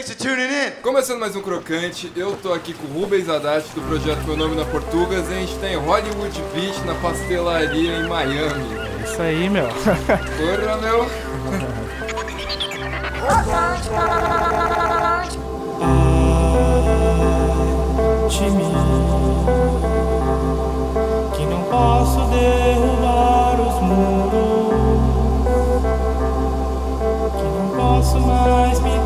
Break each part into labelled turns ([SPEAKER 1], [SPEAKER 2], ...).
[SPEAKER 1] Thanks for tuning in.
[SPEAKER 2] Começando mais um Crocante, eu tô aqui com o Rubens Haddad do projeto Meu Nome na Portugas e a gente tá em Hollywood Beach, na pastelaria em Miami.
[SPEAKER 3] É isso aí, meu.
[SPEAKER 2] Porra, meu.
[SPEAKER 3] Time que não posso derrubar os muros, que não posso mais me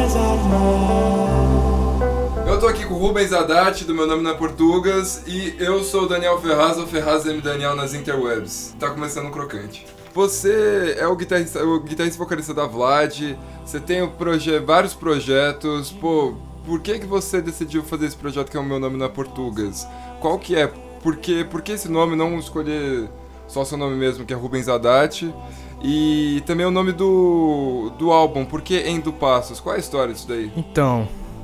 [SPEAKER 3] desarmar.
[SPEAKER 2] Eu tô aqui com o Rubens Haddad do Meu Nome na Portugas e eu sou o Daniel Ferraz, ou Ferraz M. Daniel nas interwebs. Tá começando o Crocante. Você é o guitarrista e vocalista da Vlad, você tem vários projetos, pô, por que você decidiu fazer esse projeto que é o Meu Nome na Portugas? Qual que é? Por que esse nome, não escolher só seu nome mesmo, que é Rubens Haddad? E também o nome do álbum, por que Endo Passos? Qual é a história disso daí?
[SPEAKER 3] Então,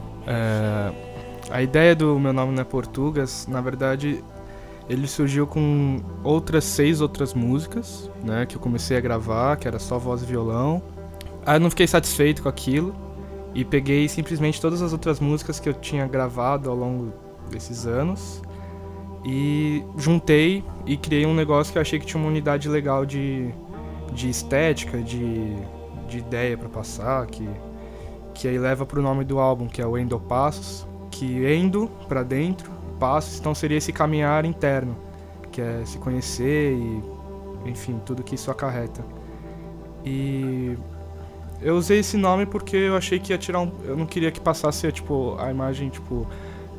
[SPEAKER 3] a ideia do Meu Nome não é Portugas, na verdade, ele surgiu com 6 outras músicas, né, que eu comecei a gravar, que era só voz e violão. Aí eu não fiquei satisfeito com aquilo e peguei simplesmente todas as outras músicas que eu tinha gravado ao longo desses anos e juntei e criei um negócio que eu achei que tinha uma unidade legal de estética, de ideia pra passar, que aí leva pro nome do álbum, que é o Endo Passos, que Endo pra dentro, passos, então seria esse caminhar interno, que é se conhecer e, enfim, tudo que isso acarreta. E eu usei esse nome porque eu achei que ia tirar eu não queria que passasse, tipo, a imagem, tipo,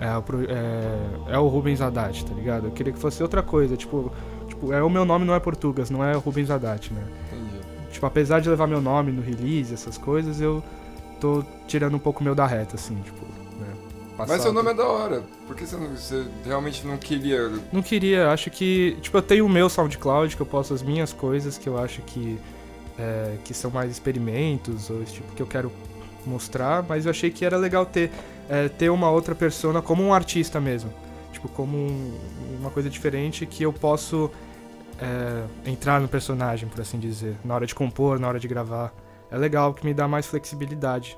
[SPEAKER 3] é o Rubens Haddad, tá ligado? Eu queria que fosse outra coisa, tipo, o meu nome não é Portugas, não é o Rubens Haddad, né?
[SPEAKER 2] Entendi.
[SPEAKER 3] Tipo, apesar de levar meu nome no release, essas coisas, eu tô tirando um pouco o meu da reta, assim, tipo, né?
[SPEAKER 2] Mas seu nome é da hora, por que você realmente não queria?
[SPEAKER 3] Não queria, acho que, tipo, eu tenho o meu SoundCloud, que eu posto as minhas coisas, que eu acho que são mais experimentos, ou esse tipo que eu quero mostrar, mas eu achei que era legal ter uma outra persona como um artista mesmo, tipo, como uma coisa diferente que eu posso entrar no personagem, por assim dizer, na hora de compor, na hora de gravar. É legal, que me dá mais flexibilidade.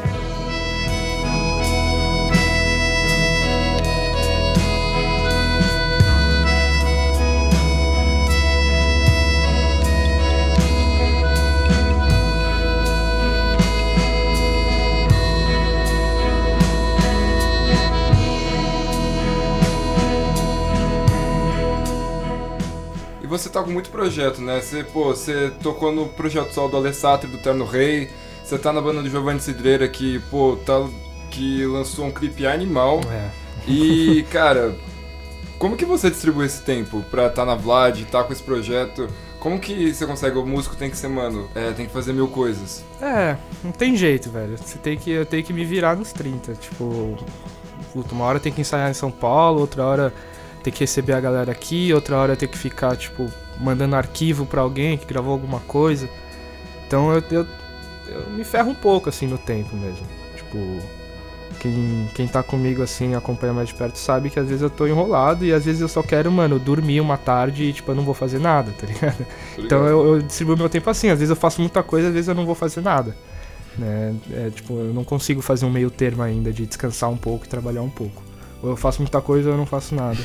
[SPEAKER 2] Você tá com muito projeto, né? Você tocou no projeto solo do Alessandro e do Terno Rei, você tá na banda do Giovanni Cidreira que lançou um clipe animal. E, cara, como que você distribui esse tempo pra tá na Vlad, tá com esse projeto? Como que você consegue? O músico tem que ser, tem que fazer 1000 coisas.
[SPEAKER 3] Não tem jeito, velho. Eu tenho que me virar nos 30, tipo, uma hora tem que ensaiar em São Paulo, outra hora ter que receber a galera aqui, outra hora ter que ficar, tipo, mandando arquivo pra alguém que gravou alguma coisa. Então eu me ferro um pouco, assim, no tempo mesmo. Tipo, quem tá comigo, assim, acompanha mais de perto, sabe que às vezes eu tô enrolado e às vezes eu só quero, dormir uma tarde e, tipo, eu não vou fazer nada, tá ligado? Então eu distribuo meu tempo assim, às vezes eu faço muita coisa, às vezes eu não vou fazer nada, né? Tipo, eu não consigo fazer um meio termo ainda de descansar um pouco e trabalhar um pouco. Ou eu faço muita coisa ou eu não faço nada.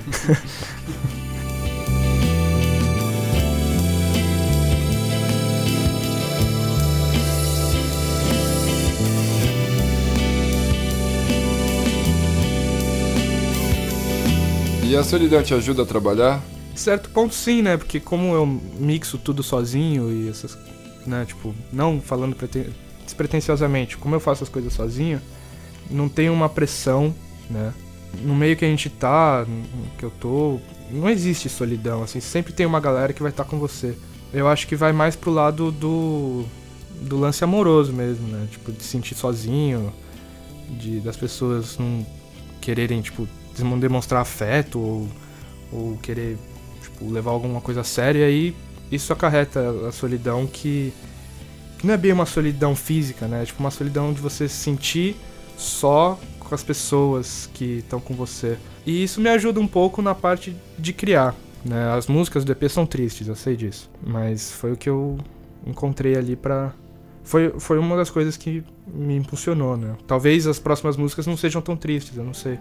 [SPEAKER 2] E a solidão te ajuda a trabalhar?
[SPEAKER 3] De certo ponto sim, né? Porque como eu mixo tudo sozinho e essas, né, tipo, não falando despretensiosamente, como eu faço as coisas sozinho, não tem uma pressão, né? No meio que a gente tá, que eu tô, não existe solidão, assim, sempre tem uma galera que vai estar com você. Eu acho que vai mais pro lado do lance amoroso mesmo, né? Tipo, de se sentir sozinho, das pessoas não quererem, tipo, demonstrar afeto ou querer, tipo, levar alguma coisa a sério, e aí isso acarreta a solidão que não é bem uma solidão física, né? É tipo uma solidão de você se sentir só com as pessoas que estão com você. E isso me ajuda um pouco na parte de criar, né? As músicas do EP são tristes, eu sei disso, mas foi o que eu encontrei ali pra foi uma das coisas que me impulsionou, né? Talvez as próximas músicas não sejam tão tristes, eu não sei.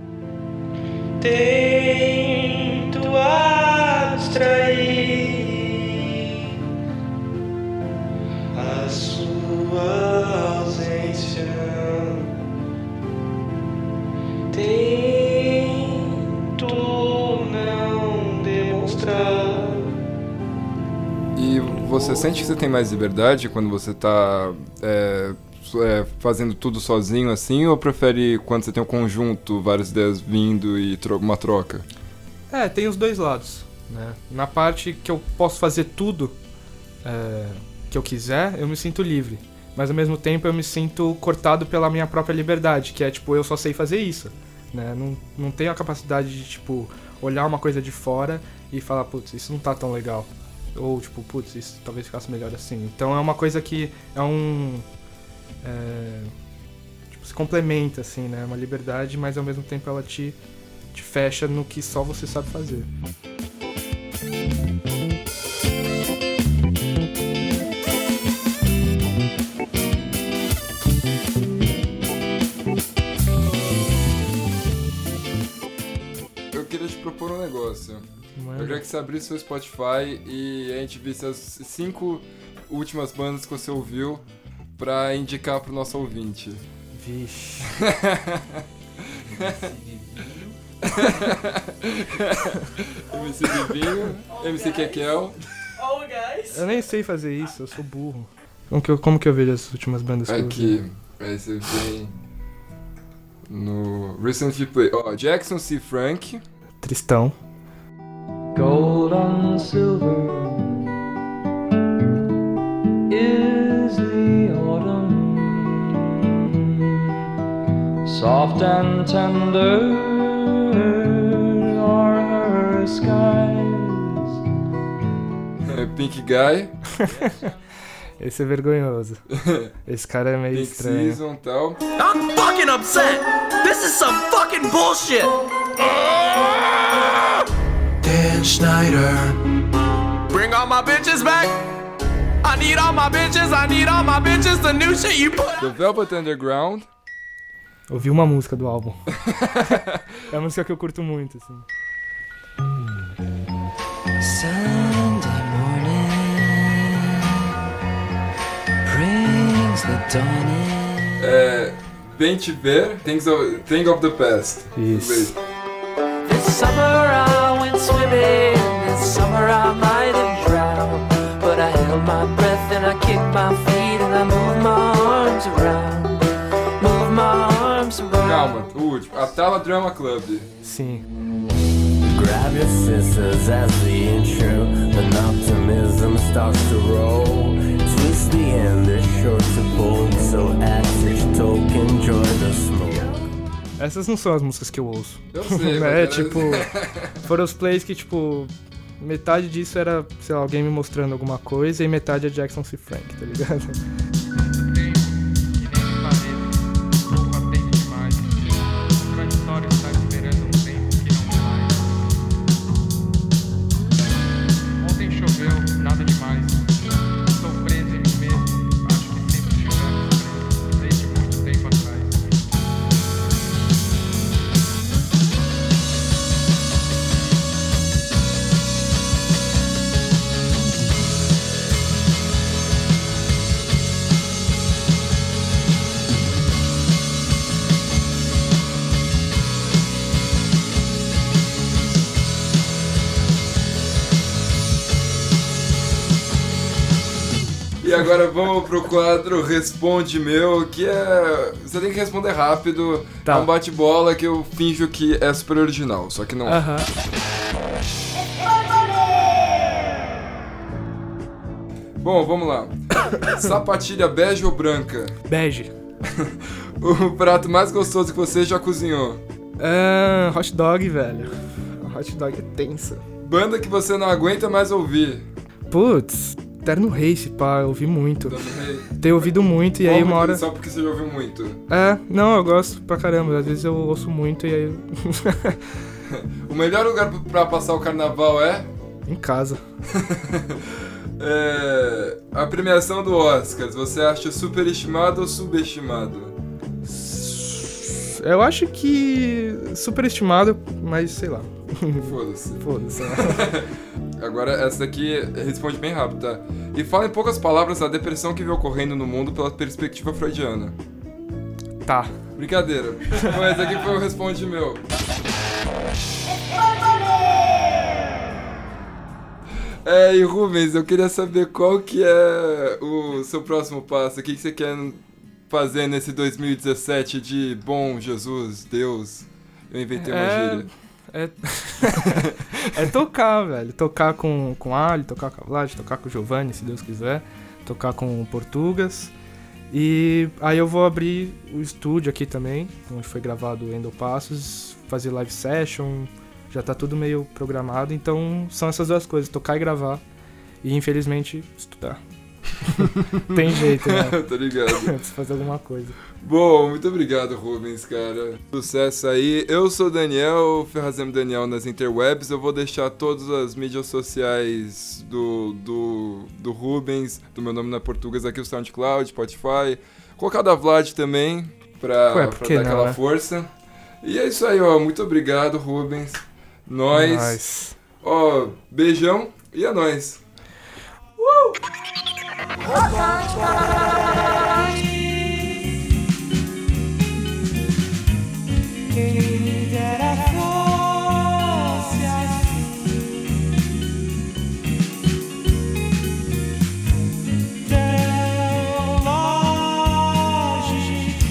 [SPEAKER 1] Tento abstrair a sua ausência. Tento não demonstrar.
[SPEAKER 2] E você sente que você tem mais liberdade quando você tá fazendo tudo sozinho assim, ou prefere quando você tem um conjunto, várias ideias vindo e uma troca?
[SPEAKER 3] Tem os dois lados, né? Na parte que eu posso fazer tudo que eu quiser, eu me sinto livre. Mas ao mesmo tempo eu me sinto cortado pela minha própria liberdade, que é tipo, eu só sei fazer isso, né? Não tenho a capacidade de tipo, olhar uma coisa de fora e falar, putz, isso não tá tão legal. Ou tipo, putz, isso talvez ficasse melhor assim. Então é uma coisa que tipo, se complementa, assim, né? É uma liberdade, mas ao mesmo tempo ela te fecha no que só você sabe fazer.
[SPEAKER 2] Eu queria te propor um negócio. Eu queria que você abrisse seu Spotify e a gente visse as 5 últimas bandas que você ouviu pra indicar pro nosso ouvinte.
[SPEAKER 3] Vixe.
[SPEAKER 2] MC Vivinho, MC Kekel.
[SPEAKER 3] Eu nem sei fazer isso, eu sou burro. Como que eu vejo as últimas bandas que eu ouvi?
[SPEAKER 2] Aqui, aí você vem no Recently Play. Jackson C. Frank.
[SPEAKER 3] Tristão.
[SPEAKER 1] Gold on silver is the autumn, soft and tender are her skies.
[SPEAKER 2] Pink Guy.
[SPEAKER 3] Esse é vergonhoso. Esse cara é meio
[SPEAKER 2] Pink
[SPEAKER 3] estranho.
[SPEAKER 2] Season e tal.
[SPEAKER 4] I'm fucking upset! This is some fucking bullshit! Dan Schneider. Bring all my bitches back! I need all my bitches, the new shit you put.
[SPEAKER 2] The Velvet Underground.
[SPEAKER 3] Ouvi uma música do álbum. É uma música que eu curto muito, assim.
[SPEAKER 1] Sunday morning brings the dawning.
[SPEAKER 2] Bem Te Ver, Thing of the Past.
[SPEAKER 3] Isso.
[SPEAKER 1] This summer I went swimming, this summer I might have drowned, but I held my breath and I kicked my feet and I moved my arms around,
[SPEAKER 2] Calma, o último. Atala Drama Club.
[SPEAKER 3] Sim.
[SPEAKER 5] Grab your sisters as the intro, then optimism starts to roll. Twist the end, they're short to pull, so actors talk, enjoy the smoke.
[SPEAKER 3] Essas não são as músicas que eu ouço.
[SPEAKER 2] Eu sei,
[SPEAKER 3] né? Tipo, foram os plays que, tipo, metade disso era, sei lá, alguém me mostrando alguma coisa e metade é Jackson C. Frank, tá ligado?
[SPEAKER 2] E agora vamos pro quadro Responde Meu, que é... Você tem que responder rápido.
[SPEAKER 3] Tá.
[SPEAKER 2] É um bate-bola que eu finjo que é super original, só que não é.
[SPEAKER 3] Aham.
[SPEAKER 2] Bom, vamos lá. Sapatilha bege ou branca?
[SPEAKER 3] Bege.
[SPEAKER 2] O prato mais gostoso que você já cozinhou?
[SPEAKER 3] Hot dog, velho. Hot dog é tensa.
[SPEAKER 2] Banda que você não aguenta mais ouvir?
[SPEAKER 3] Putz, Terno Race, pá, eu ouvi muito.
[SPEAKER 2] Também.
[SPEAKER 3] Tenho ouvido muito e aí uma hora...
[SPEAKER 2] Só porque você já ouviu muito.
[SPEAKER 3] Não, eu gosto pra caramba. Às vezes eu ouço muito e aí...
[SPEAKER 2] O melhor lugar pra passar o carnaval é?
[SPEAKER 3] Em casa.
[SPEAKER 2] A premiação do Oscars, você acha superestimado ou subestimado?
[SPEAKER 3] Eu acho que superestimado, mas sei lá.
[SPEAKER 2] Foda-se.
[SPEAKER 3] Foda-se.
[SPEAKER 2] Agora, essa daqui responde bem rápido, tá? E fala em poucas palavras a depressão que vem ocorrendo no mundo pela perspectiva freudiana.
[SPEAKER 3] Tá.
[SPEAKER 2] Brincadeira. Mas aqui foi o responde meu. E Rubens, eu queria saber qual que é o seu próximo passo. O que você quer fazer nesse 2017 de bom Jesus, Deus? Eu inventei uma gíria.
[SPEAKER 3] É tocar, velho. Tocar com o Ali, tocar com a Vlad, tocar com o Giovanni, se Deus quiser. Tocar com o Portugas. E aí eu vou abrir o estúdio aqui também, onde foi gravado o Endo Passos, fazer live session, já tá tudo meio programado, então são essas duas coisas, tocar e gravar. E infelizmente estudar. Tem jeito, né?
[SPEAKER 2] Tô ligado.
[SPEAKER 3] Preciso fazer alguma coisa.
[SPEAKER 2] Bom, muito obrigado, Rubens, cara. Sucesso aí. Eu sou o Daniel, Ferrazem Daniel nas interwebs. Eu vou deixar todas as mídias sociais do Rubens, do Meu Nome Não É Português, aqui o SoundCloud, Spotify. Colocar da Vlad também, pra dar aquela força. E é isso aí, ó. Muito obrigado, Rubens. Nós. Ó, beijão e é nóis.
[SPEAKER 1] Quem dera fosse assim, tão lógico.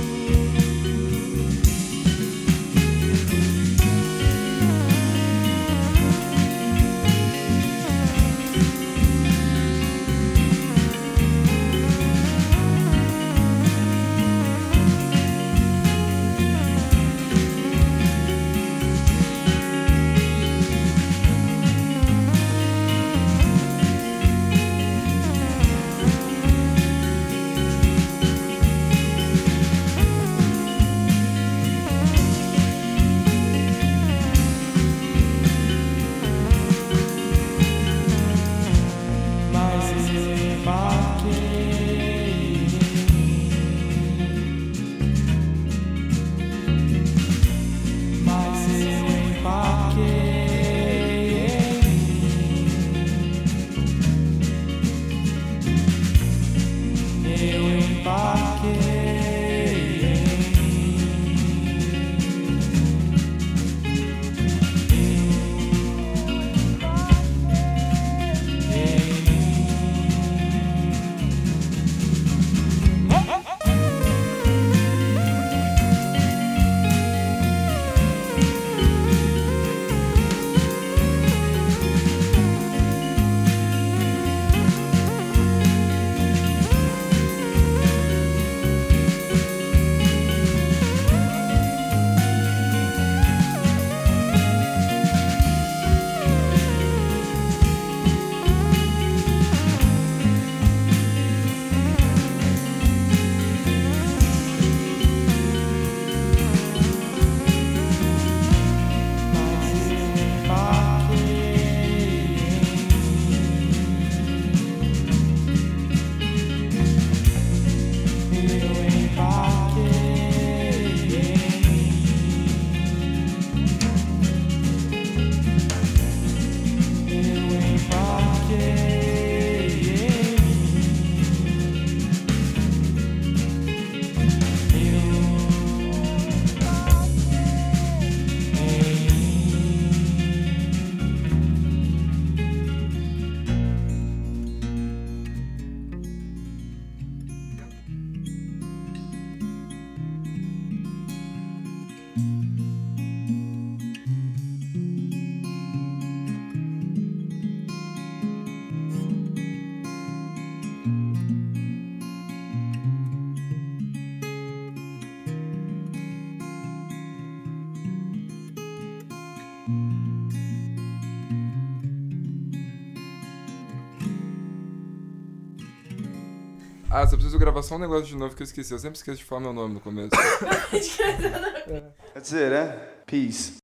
[SPEAKER 2] Ah, só preciso gravar só um negócio de novo que eu esqueci. Eu sempre esqueço de falar meu nome no começo.
[SPEAKER 6] That's it, eh? Peace.